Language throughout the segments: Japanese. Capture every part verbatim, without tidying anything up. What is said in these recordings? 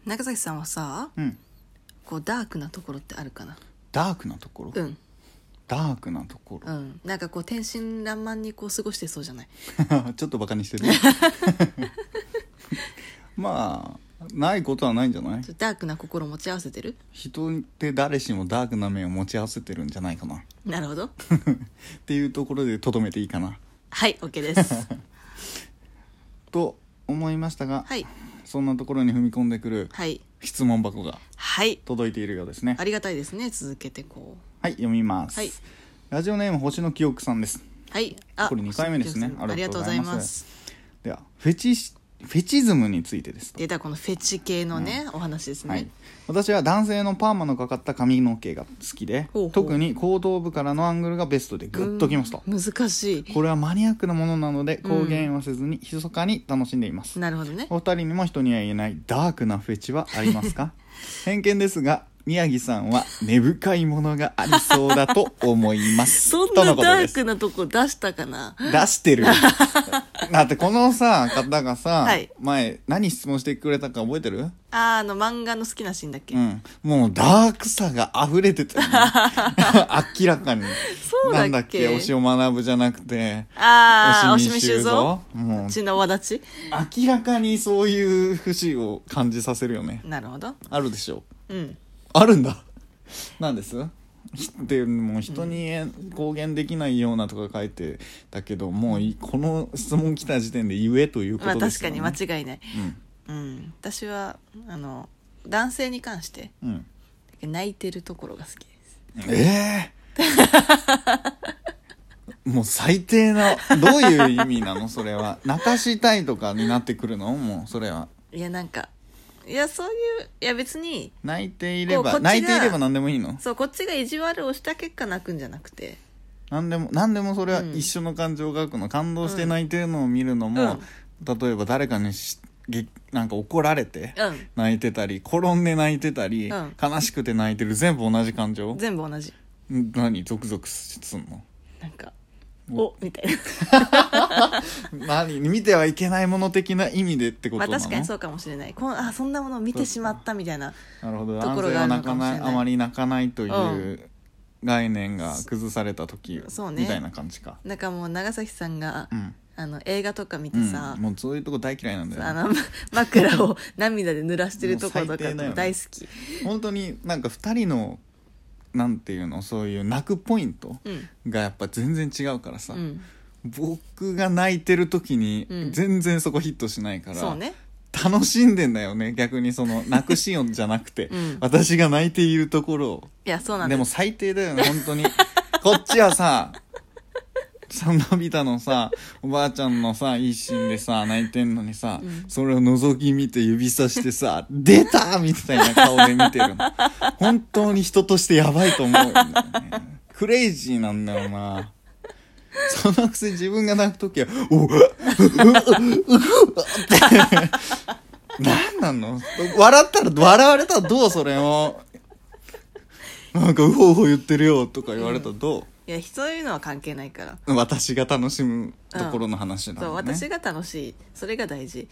中崎さんはさ、 うん、 こうダークなところってあるかな？ ダークなところ、 うん、 ダークなところ、 うん、なんかこう天真爛漫にこう過ごしてそうじゃない？ ちょっとバカにしてるまあないことはないんじゃない？ ダークな心持ち合わせてる？ 人って誰しもダークな面を持ち合わせてるんじゃないかななるほどっていうところでとどめていいかな。 はい OK ですと思いましたが、 はい、 そんなところに踏み込んでくるはい質問箱がはい届いているようですね。 ありがたいですね。続けてこうはい、読みます、 はい、 ラジオネーム星の記憶さんです。 はい、あこれにかいめですね。 ありがとうございます。 ではフェチフェチズムについてですと。 出たこのフェチ系のね、うん、お話ですね、 はい、私は男性のパーマのかかった髪の毛が好きで、 ほうほう、 特に後頭部からのアングルがベストでグッときますと。 難しい。 これはマニアックなものなので公言はせずに密かに楽しんでいます、 うん、なるほどね。 お二人にも人には言えないダークなフェチはありますか？偏見ですが宮城さんは根深いものがありそうだと思いますそんなダークなとこ出したかな？ 出してるだってこのさ方がさ、はい、前何質問してくれたか覚えてる？ あ, あの漫画の好きなシーンだっけ？ うん、もうダークさが溢れてたよね明らかに。 そうだっけ？ なんだっけ、推しを学ぶじゃなくて、 ああ推し見修造、 もう血の輪立ち、 明らかにそういう節を感じさせるよね。 なるほど。 あるでしょう。うん、 あるんだ。なんですでもう人に公言できないようなとか書いてたけど、もうこの質問来た時点で言えということですよね。 まあ確かに間違いない、 うんうん、私はあの男性に関して、うん、泣いてるところが好きです。 えー、もう最低な、どういう意味なのそれは？泣かしたいとかになってくるの？もうそれは。 いやなんかいやそういういや別に泣いていれば泣いていれば何でもいいの？ そう、こっちが意地悪をした結果泣くんじゃなくて、 何でも何でもそれは一緒の感情が湧くの、うん、感動して泣いてるのを見るのも、うん、例えば誰かにしなんか怒られて泣いてたり、うん、転んで泣いてたり、うん、悲しくて泣いてる、全部同じ感情？ 全部同じ。 何ゾクゾクすんの？ なんかおみたいな何見てはいけないもの的な意味でってことなの？ まあ確かにそうかもしれない。こあそんなものを見てしまったみたいななるほど。 ところがあるのかもしれない。 男性は泣かない、あまり泣かないという概念が崩された時、うん、みたいな感じか。 なんかもう長崎さんが、うん、あの映画とか見てさ、 うん、もうそういうとこ大嫌いなんだよ。 あの枕を涙で濡らしてるところとか大好き、ね、 本当になんかふたりのなんていうの、そういう泣くポイントがやっぱ全然違うからさ、うん、僕が泣いてる時に全然そこヒットしないから、うん、そうね、楽しんでんだよね。逆にその泣くシーンじゃなくて、うん、私が泣いているところを。 いやそうなんです。 でも最低だよね本当にこっちはさサンダビタのさおばあちゃんのさいいシーンでさ泣いてんのにさ、うん、それを覗き見て指さしてさ出たみたいな顔で見てるの本当に人としてやばいと思うんだよね。クレイジーなんだよな。そのくせ自分が泣くときはおううううって何なの？笑ったら笑われたらどう？それをなんかウホウホ言ってるよとか言われたらどう？うん、 いやそういうのは関係ないから、 私が楽しむところの話なのね、うん、 そう私が楽しい、それが大事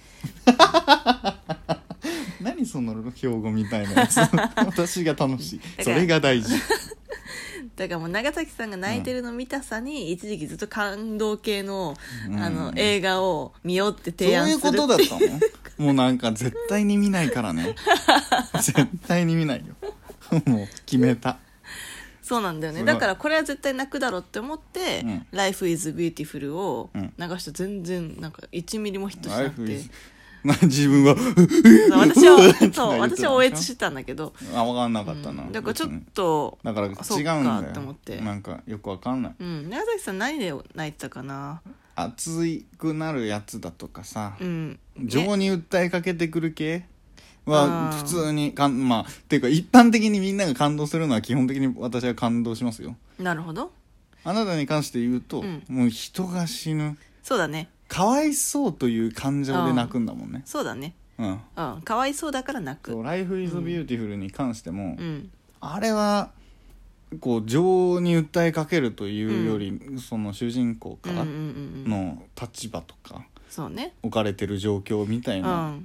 何その標語みたいなやつ私が楽しいそれが大事だからもう長崎さんが泣いてるの見たさに、うん、一時期ずっと感動系 の,、うん、あの映画を見ようって提案するっていう。 そういうことだったの？もうなんか絶対に見ないからね絶対に見ないよもう決めた。 そうなんだよね。だからこれは絶対泣くだろうって思って、うん、Life is Beautiful を流した。全然なんかいちミリもヒットしなくて、 自分は私はそう私は応援してたんだけど、 あ分かんなかったな、うん、 だからちょっとだから違うんだよって思って、なんかよく分かんない、 うん、長崎さん何で泣いてたかな？ 熱くなるやつだとかさ、 うん、 情に訴えかけてくる系は普通にかん、まあっていうか一般的にみんなが感動するのは基本的に私は感動しますよ。 なるほど。 あなたに関して言うと、うん、もう人が死ぬ、 そうだね、 かわいそうという感情で泣くんだもんね。 そうだね、 うん、 うん、かわいそうだから泣く。 そう Life is Beautiful に関しても、 うん、 あれはこう情に訴えかけるというより、うん、その主人公からの立場とか、 そうね、 置かれてる状況みたいな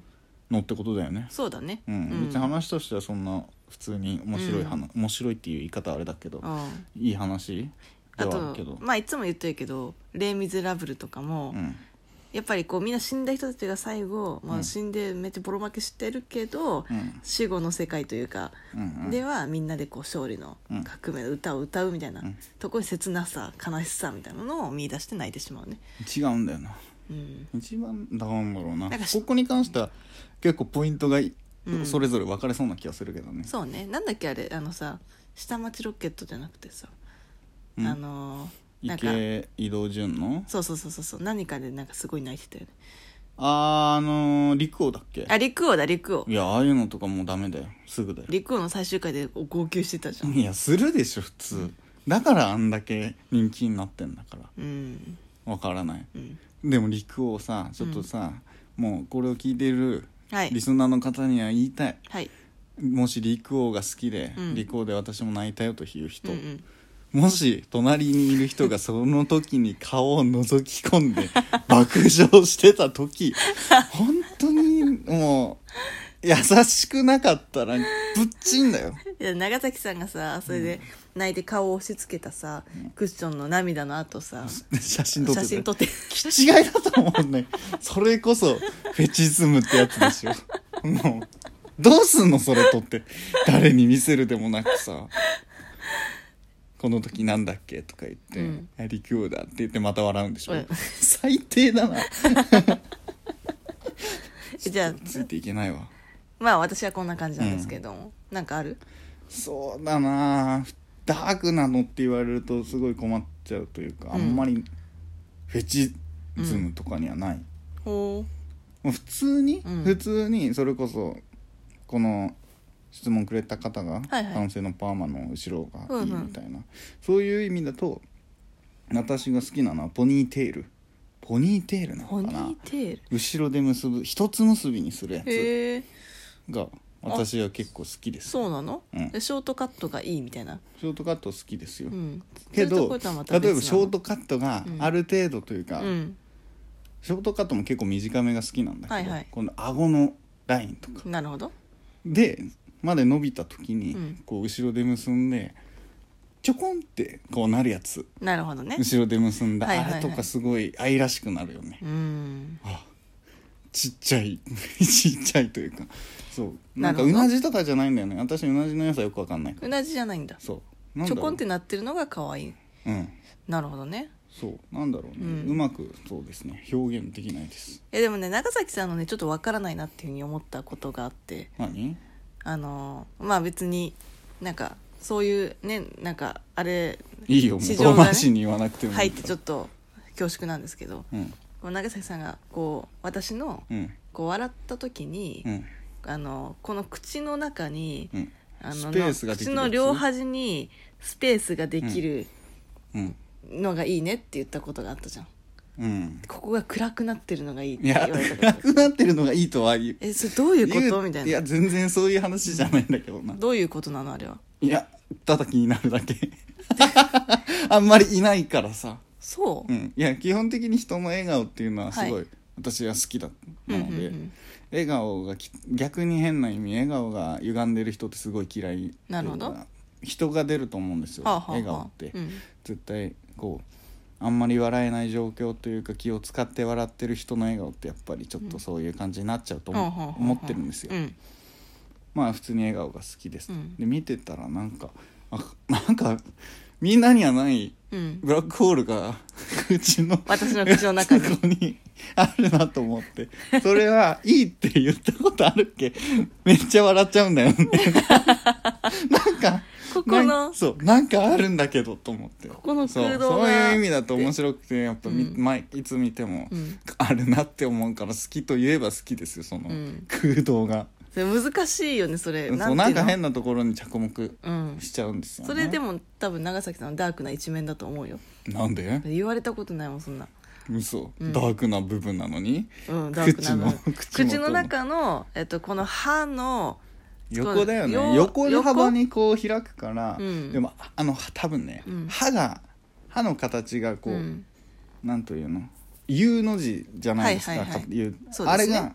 のってことだよね。 そうだね、 うん、別に話としてはそんな普通に面白い話、うん、面白いっていう言い方はあれだけど、いい話ではあるけど、 あとまあいつも言ってるけどレイ・ミゼラブルとかも、うん、やっぱりこうみんな死んだ人たちが最後、まあ、死んでめっちゃボロ負けしてるけど、うん、死後の世界というか、うんうん、ではみんなでこう勝利の革命の歌を歌うみたいな、うん、ところに切なさ悲しさみたいなのを見出して泣いてしまうね。 違うんだよな、うん、一番なんだろうな、なんかここに関しては結構ポイントがそれぞれ分かれそうな気がするけどね、 うん、そうね。なんだっけあれ、あのさ下町ロケットじゃなくてさ、うん、あの池井戸潤のそうそうそうそう何かでなんかすごい泣いてたよね。 あーあのー、陸王だっけ。 あ陸王だ陸王。 いやああいうのとかもうダメだよ、すぐだよ。 陸王の最終回で号泣してたじゃん。 いやするでしょ普通、うん、だからあんだけ人気になってんだから、うん、分からない、うん、でも陸王さちょっとさ、うん、もうこれを聞いているリスナーの方には言いたい、はい、もし陸王が好きで、うん、陸王で私も泣いたよという人、うんうん、もし隣にいる人がその時に顔を覗き込んで爆笑してた時本当にもう優しくなかったらぶっちんだよ。 いや長崎さんがさそれで泣いて顔を押し付けたさ、うん、クッションの涙の後さ写真撮って写真撮って気違いだと思うね。それこそフェチズムってやつでしょ。もうどうすんのそれ撮って誰に見せるでもなくさこの時なんだっけとか言って、うん、陸王だって言ってまた笑うんでしょ、うん、最低だな。 じゃあついていけないわ。 まあ私はこんな感じなんですけども、うん、なんかある？ そうだな、ダークなのって言われるとすごい困っちゃうというか、うん、あんまりフェチズムとかにはない、うん、ほうもう普通に、うん、普通にそれこそこの質問くれた方が、はいはい、男性のパーマの後ろがいいみたいな、うんうん、そういう意味だと私が好きなのはポニーテール。ポニーテールなのかな。ポニーテール、後ろで結ぶ一つ結びにするやつが私は結構好きです。 そうなの、うん、でショートカットがいいみたいな。 ショートカット好きですよ、うん、けど例えばショートカットがある程度というか、うん、ショートカットも結構短めが好きなんだけど、はいはい、この顎のラインとかなるほどでまで伸びた時に、うん、こう後ろで結んでちょこんってこうなるやつ。 なるほどね。 後ろで結んだ、はいはいはい、あれとかすごい愛らしくなるよね。うん、あちっちゃいちっちゃいというか、そうなんかうなじとかじゃないんだよね。私うなじの良さよくわかんないから。 うなじじゃないんだ。 そうなんだろう、ちょこんってなってるのが可愛い。うん、なるほどね。 そうなんだろうね、うん、うまくそうですね表現できないです。 えでもね長崎さんのねちょっとわからないなっていうふうに思ったことがあって。 何？あのまあ別になんかそういうねなんかあれいいよもう遠回しに言わなくてもいい入ってちょっと恐縮なんですけど、うん、こう長崎さんがこう私の、うん、こう笑った時に、うん、あのこの口の中に、うん、あのスペースができる口の両端にスペースができるのがいいねって言ったことがあったじゃん。うん、ここが暗くなってるのがいいって言われたこと。 暗くなってるのがいいとは言う。 えそれどういうことみたいな。 いや全然そういう話じゃないんだけどな。 どういうことなのあれは。 いやただ気になるだけ。あんまりいないからさ。 そう、 うん、いや基本的に人の笑顔っていうのはすごい、はい、私は好きだなので、うんうんうん、笑顔が逆に変な意味笑顔が歪んでる人ってすごい嫌い。 なるほど。 人が出ると思うんですよ、はあはあ、笑顔って、うん、絶対こうあんまり笑えない状況というか気を使って笑ってる人の笑顔ってやっぱりちょっとそういう感じになっちゃうと思、うん、思ってるんですよ、うん、まあ普通に笑顔が好きです、うん、で見てたらなんかあなんかみんなにはないブラックホールが口の私の口の中にここにあるなと思ってそれはいいって言ったことあるっけ。めっちゃ笑っちゃうんだよねなんかここのそうなんかあるんだけどと思ってここの空洞がそう、そういう意味だと面白くてやっぱ、うん毎いつ見てもあるなって思うから好きと言えば好きですよその空洞が、 それ難しいよねそれ。 そうなんか変なところに着目しちゃうんですよね、 うん、それでも多分長崎さんのダークな一面だと思うよ。 なんで言われたことないもんそんな。 嘘、うん、ダークな部分なのに、 うん、ダークな部分口の口の中の、えっと、この歯の横だよね。横の幅にこう開くから、うん、でもあの多分ね、うん、歯が歯の形がこう、うん、なんというの U の字じゃないですか、はいはいはい、あれが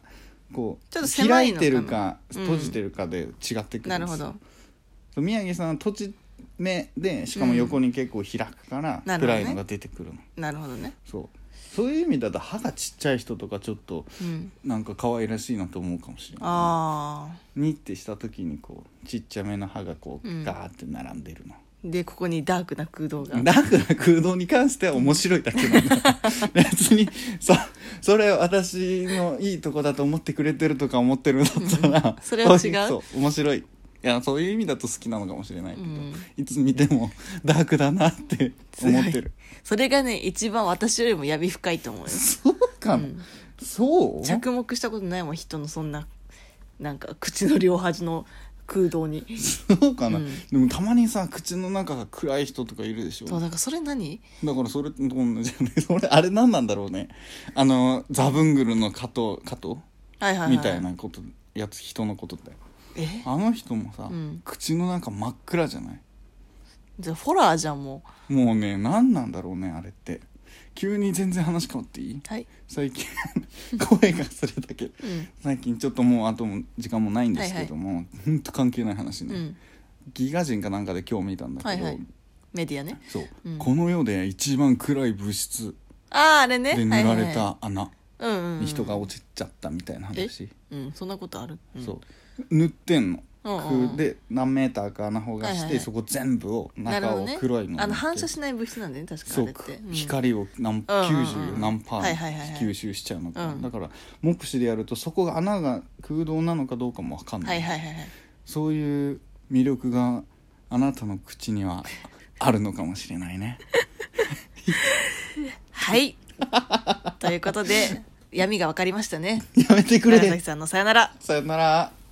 こちょっうと狭いのかも開いてるかうん閉じてるかで違ってくるんですよ、 なるほど。 そう宮城さんは閉じ目でしかも横に結構開くからなるほどね暗いのが出てくるの、 なるほどね。 そうそういう意味だと歯がちっちゃい人とかちょっとうん。 なんか可愛らしいなと思うかもしれない。 ああ。 にってした時にこうちっちゃめの歯がこううんガーって並んでるの、 でここにダークな空洞が。 ダークな空洞に関しては面白いだけなんだ別にそそれ私のいいとこだと思ってくれてるとか思ってるんだったら、 うんそれは違うそう面白い。いやそういう意味だと好きなのかもしれないけど、 うんいつ見てもダークだなって思ってる。 それがね一番私よりも闇深いと思うよ。 そうかな、 うんそう着目したことないもん人のそんななんか口の両端の空洞に。 そうかな、 うんでもたまにさ口の中が暗い人とかいるでしょ。 そうだからそれ何？ だからそれと同じじゃないそれあれ何なんだろうね。あのザブングルの加藤加藤はいはいはい。 みたいなことやつ人のことだよ。 え？ あの人もさ、 うん口の中真っ暗じゃない。 じゃあホラーじゃんももうね何なんだろうねあれって。急に全然話変わっていい？ う。はい。 最近声がすれたけどうん最近ちょっともうあとも時間もないんですけども、ほんと関係ない話ね、 うん。 ギガ人かなんかで今日見たんだけど、 はいはいメディアね。 そう、 うんこの世で一番暗い物質あああれね。 で塗られはいはいはた穴いうんうんうんに人が落ちちゃったみたいな話、 うんそんなことある？うんそう塗ってんの、 うんうんうんで何メーターか穴ほがして、 はいはいはいそこ全部を中をなるほどね。 黒いのにあの反射しない物質なんだよね確かそうあれって。うん光を何、 うんうんうんきゅうじゅう何パーはいはいはいはい吸収しちゃうのか、 うんだから目視でやるとそこが穴が空洞なのかどうかも分かんな、 はいいはいはいはい。 そういう魅力があなたの口にはあるのかもしれないねはいということで闇が分かりましたね。 やめてくれ長崎さんのさよなら。 さよなら。